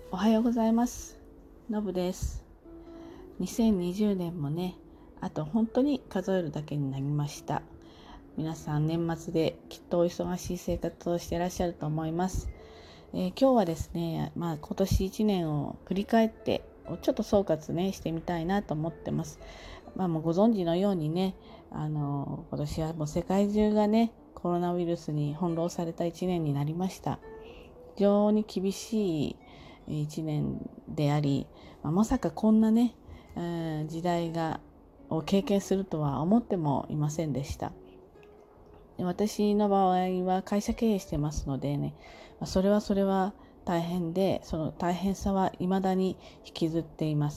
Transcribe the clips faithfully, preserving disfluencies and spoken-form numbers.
おはようございます。のぶです。にせんにじゅうねんもね、あと本当に数えるだけになりました。皆さん年末できっとお忙しい生活をしていらっしゃると思います。えー今日はですね、まあ今年いちねんを振り返ってちょっと総括ねしてみたいなと思ってます。まあもうご存知のようにね、あの今年はもう世界中がねコロナウイルスに翻弄されたいちねんになりました。非常に厳しい一年であり、まさかこんなね、時代がを経験するとは思ってもいませんでした。私の場合は会社経営してますのでね、それはそれは大変で、その大変さは未だに引きずっています。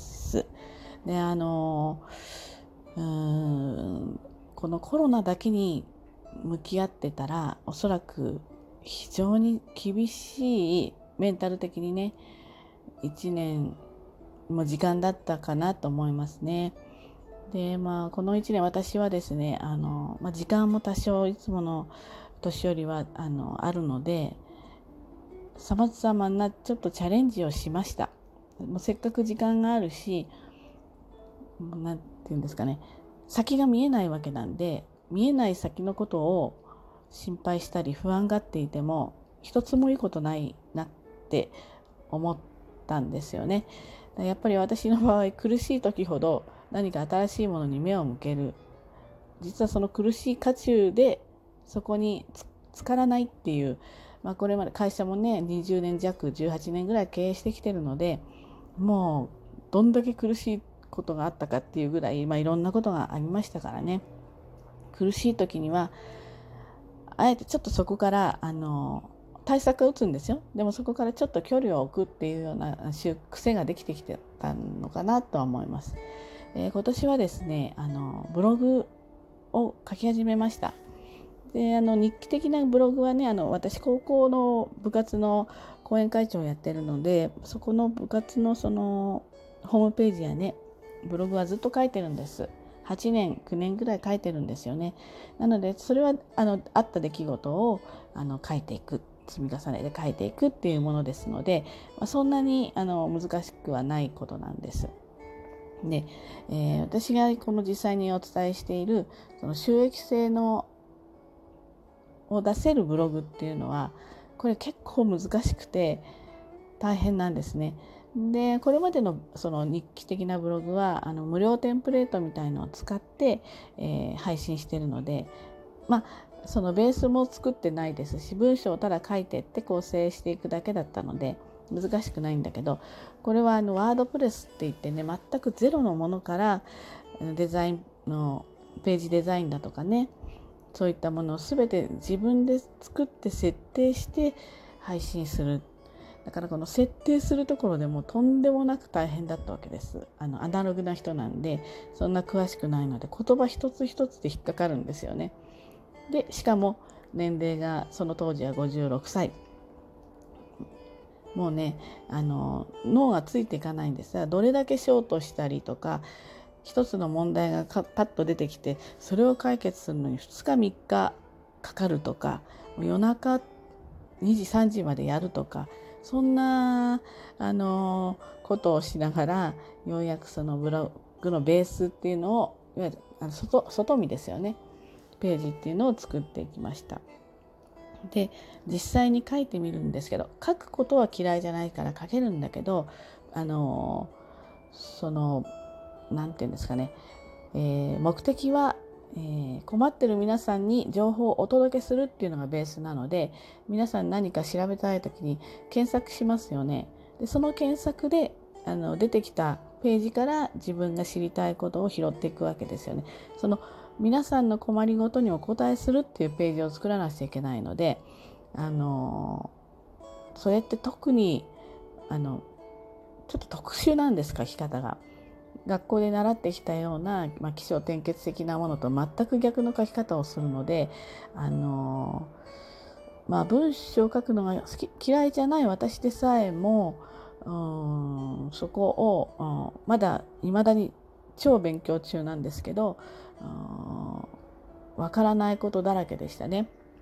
で、あの、うーん、このコロナだけに向き合ってたら、おそらく非常に厳しいメンタル的にね、一年も時間だったかなと思いますね。で、まあ、この一年私はですね、あの、まあ、時間も多少いつもの年よりは、あの、あるので、様々なちょっとチャレンジをしました。もうせっかく時間があるし、なんていうんですかね、先が見えないわけなんで、見えない先のことを心配したり不安がっていても、一つもいいことないなって思ったんですよね。やっぱり私の場合、苦しい時ほど何か新しいものに目を向ける。実はその苦しい渦中でそこにつからないっていう、まあ、これまで会社もねにじゅうねん弱じゅうはちねんぐらい経営してきてるので、もうどんだけ苦しいことがあったかっていうぐらい、まあ、いろんなことがありましたからね。苦しい時にはあえてちょっとそこからあの対策を打つんですよ。でもそこからちょっと距離を置くっていうような癖ができてきてたのかなとは思います。えー、今年はですね、あのブログを書き始めました。で、あの日記的なブログはね、あの私高校の部活の講演会長をやってるので、そこの部活のそのホームページやね、ブログはずっと書いてるんです。はちねんきゅうねんぐらい書いてるんですよね。なのでそれはあのあった出来事をあの書いていく、積み重ねで書いていくっていうものですので、まあ、そんなにあの難しくはないことなんです。で、えー、私がこの実際にお伝えしているその収益性のを出せるブログっていうのはこれ結構難しくて大変なんですね。で、これまでのその日記的なブログはあの無料テンプレートみたいのを使って、えー、配信しているので、まあそのベースも作ってないですし、文章をただ書いてって構成していくだけだったので難しくないんだけど、これはあのワードプレスって言ってね、全くゼロのものからデザインのページデザインだとかね、そういったものを全て自分で作って設定して配信する。だからこの設定するところでもとんでもなく大変だったわけです。あのアナログな人なんでそんな詳しくないので言葉一つ一つで引っかかるんですよね。でしかも年齢がその当時はごじゅうろくさい。もうね、あの脳がついていかないんですが、どれだけショートしたりとか、一つの問題がパッと出てきてそれを解決するのにふつかみっかかかるとか、夜中にじさんじまでやるとか、そんなあのことをしながらようやくそのブログのベースっていうのを、いわゆるあの 外, 外見ですよね、ページっていうのを作っていきました。で、実際に書いてみるんですけど、書くことは嫌いじゃないから書けるんだけど、あのそのなんていうんですかね、えー、目的は、えー、困ってる皆さんに情報をお届けするっていうのがベースなので、皆さん何か調べたい時に検索しますよね。でその検索であの出てきたページから自分が知りたいことを拾っていくわけですよね。その皆さんの困りごとにお答えするっていうページを作らなくちゃいけないので、あのそれって特にあのちょっと特殊なんです、書き方が。学校で習ってきたような、まあ、起承転結的なものと全く逆の書き方をするので、あのまあ、文章を書くのが好き嫌いじゃない私でさえも、うん、そこを、うん、まだ未だに超勉強中なんですけど、わからないことだらけでしたね。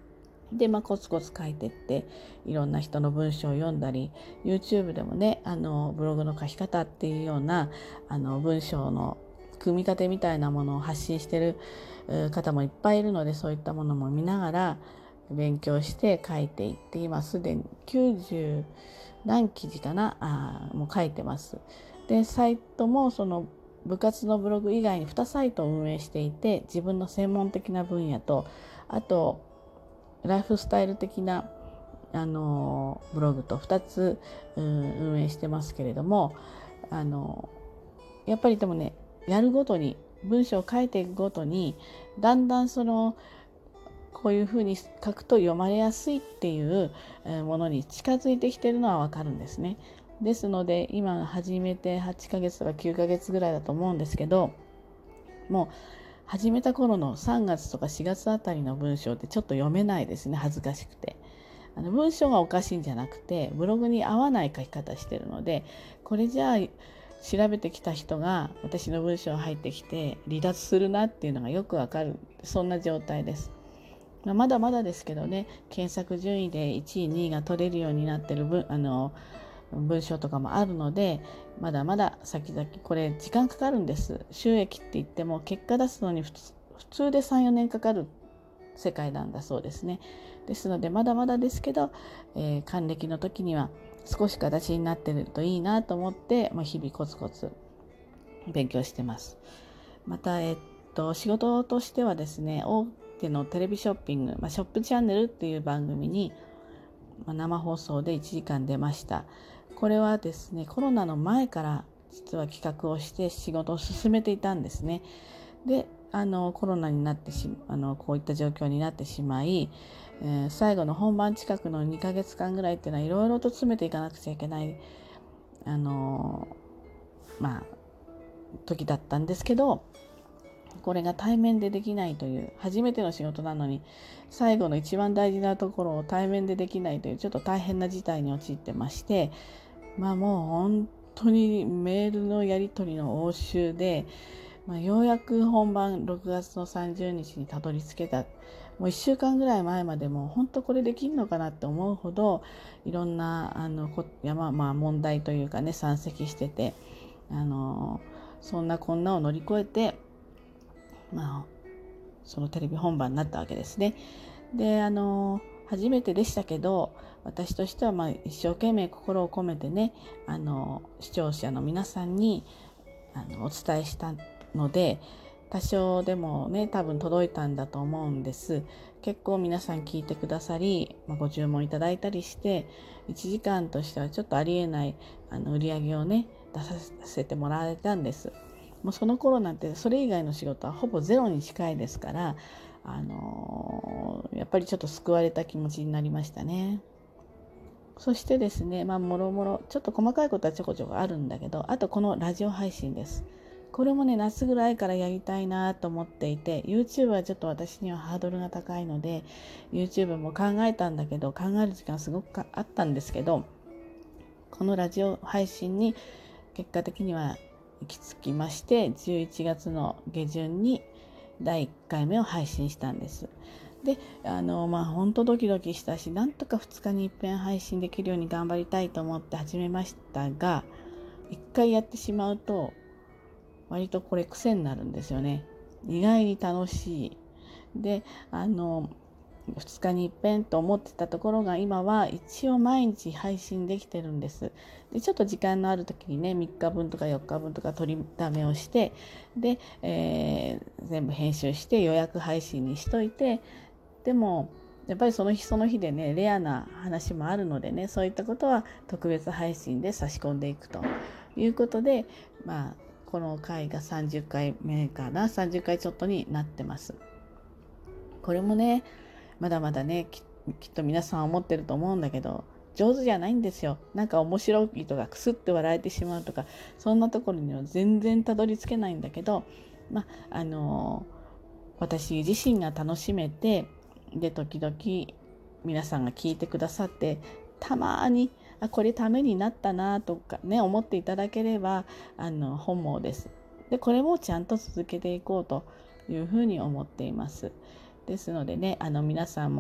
で、まあ、コツコツ書いてっていろんな人の文章を読んだり YouTube でもねあのブログの書き方っていうようなあの文章の組み立てみたいなものを発信してる方もいっぱいいるので、そういったものも見ながら勉強して書いていって、今すでにきゅうじゅう何記事かなあもう書いてます。でサイトもその部活のブログ以外ににサイトを運営していて、自分の専門的な分野とあとライフスタイル的なあのブログとふたつ、うん、運営してますけれども、あのやっぱりでもねやるごとに文章を書いていくごとにだんだんそのこういうふうに書くと読まれやすいっていうものに近づいてきてるのはわかるんですね。ですので今始めてはちかげつとかきゅうかげつぐらいだと思うんですけど、もう始めた頃のさんがつとかしがつあたりの文章ってちょっと読めないですね、恥ずかしくて。あの文章がおかしいんじゃなくてブログに合わない書き方してるので、これじゃあ調べてきた人が私の文章入ってきて離脱するなっていうのがよくわかる、そんな状態です。まあ、まだまだですけどね、検索順位でいちいにいが取れるようになってる文あの文章とかもあるので、まだまだ先々これ時間かかるんです。収益って言っても結果出すのに普通、普通でさん、よねんかかる世界なんだそうですね。ですのでまだまだですけど、えー、還暦の時には少し形になってるといいなと思って、まあ、日々コツコツ勉強してます。また、えっと、仕事としてはですね、大手のテレビショッピング、まあ、ショップチャンネルっていう番組に、まあ、生放送でいちじかん出ました。これはですね、コロナの前から実は企画をして仕事を進めていたんですね。で、あのコロナになってしあのこういった状況になってしまい、えー、最後の本番近くのにかげつかんぐらいっていうのはいろいろと詰めていかなくちゃいけないあのまあ時だったんですけど、これが対面でできないという初めての仕事なのに最後の一番大事なところを対面でできないというちょっと大変な事態に陥ってまして、まあもう本当にメールのやり取りの応酬で、まあ、ようやく本番ろくがつのさんじゅうにちにたどり着けた。もういっしゅうかんぐらい前までも本当これできるのかなって思うほどいろんなあの山、まあ、問題というかね山積してて、あのそんなこんなを乗り越えて、まあ、そのテレビ本番になったわけですね。であの初めてでしたけど、私としてはまあ一生懸命心を込めてね、あの視聴者の皆さんにあのお伝えしたので、多少でもね多分届いたんだと思うんです。結構皆さん聞いてくださり、まあ、ご注文いただいたりしていちじかんとしてはちょっとありえないあの売り上げをね出させてもらえたんです。もうその頃なんてそれ以外の仕事はほぼゼロに近いですから、あのー、やっぱりちょっと救われた気持ちになりましたね。そしてですね、まあもろもろちょっと細かいことはちょこちょこあるんだけど、あとこのラジオ配信です。これもね夏ぐらいからやりたいなと思っていて、 YouTube はちょっと私にはハードルが高いので YouTube も考えたんだけど、考える時間すごくあったんですけど、このラジオ配信に結果的には行き着きまして、じゅういちがつの下旬にだいいっかいめを配信したんです。で、あのまあ本当ドキドキしたし、なんとかふつかに一遍配信できるように頑張りたいと思って始めましたが、いっかいやってしまうと割とこれ癖になるんですよね。意外に楽しい。で、あのふつかに一遍と思ってたところが今は一応毎日配信できてるんです。でちょっと時間のある時にねみっかぶんとかよっかぶんとか取りだめをして、で、えー、全部編集して予約配信にしといて、でもやっぱりその日その日でねレアな話もあるのでね、そういったことは特別配信で差し込んでいくということで、まあこの回がさんじゅっかいめかな、さんじゅっかいちょっとになってます。これもねまだまだね き, きっと皆さん思ってると思うんだけど、上手じゃないんですよ。なんか面白いとかクスって笑えてしまうとか、そんなところには全然たどり着けないんだけど、まああのー、私自身が楽しめて、で時々皆さんが聞いてくださって、たまにあこれためになったなとかね思っていただければあの本望です。でこれもちゃんと続けていこうというふうに思っています。ですのでね、あの皆さんも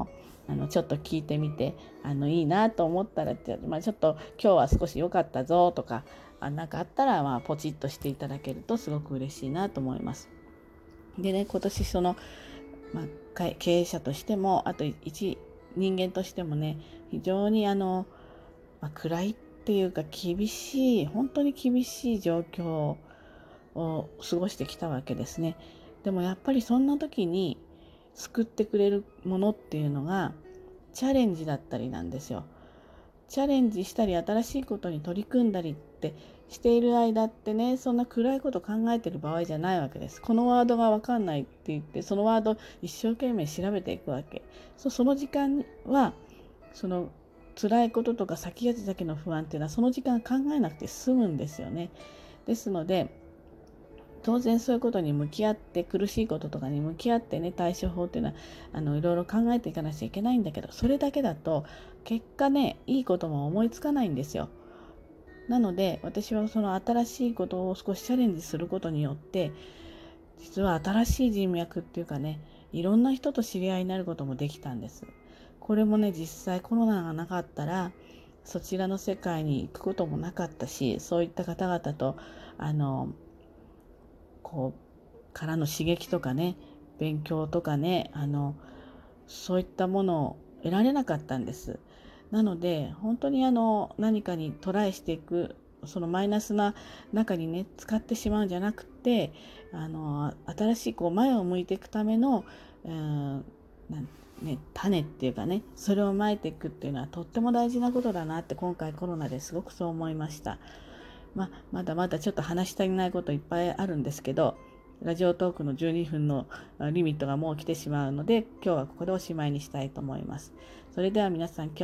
あのちょっと聞いてみて、あのいいなと思ったら、まあ、ちょっと今日は少し良かったぞとか、あなんかあったら、まあポチッとしていただけるとすごく嬉しいなと思います。でね、今年その、まあ、経営者としても、あと一人間としてもね、非常にあの、まあ、暗いっていうか厳しい、本当に厳しい状況を過ごしてきたわけですね。でもやっぱりそんな時に救ってくれるものっていうのがチャレンジだったりなんですよ。チャレンジしたり新しいことに取り組んだりってしている間ってね、そんな暗いこと考えてる場合じゃないわけです。このワードが分かんないって言ってそのワード一生懸命調べていくわけ。そその時間はその辛いこととか先々の不安っていうのはその時間考えなくて済むんですよね。ですので当然そういうことに向き合って、苦しいこととかに向き合ってね、対処法っていうのはあのいろいろ考えていかなきゃいけないんだけど、それだけだと結果ね、いいことも思いつかないんですよ。なので私はその新しいことを少しチャレンジすることによって、実は新しい人脈っていうかね、いろんな人と知り合いになることもできたんです。これもね、実際コロナがなかったらそちらの世界に行くこともなかったし、そういった方々とあのこうからの刺激とかね、勉強とかね、あのそういったものを得られなかったんです。なので本当にあの何かにトライしていく、そのマイナスな中にね使ってしまうんじゃなくて、あの新しいこう前を向いていくための、うん、なんね、種っていうかね、それをまいていくっていうのはとっても大事なことだなって今回コロナですごくそう思いました。まあ、まだまだちょっと話し足りないこといっぱいあるんですけど、ラジオトークのじゅうにふんのリミットがもう来てしまうので、今日はここでおしまいにしたいと思います。それでは皆さん、今日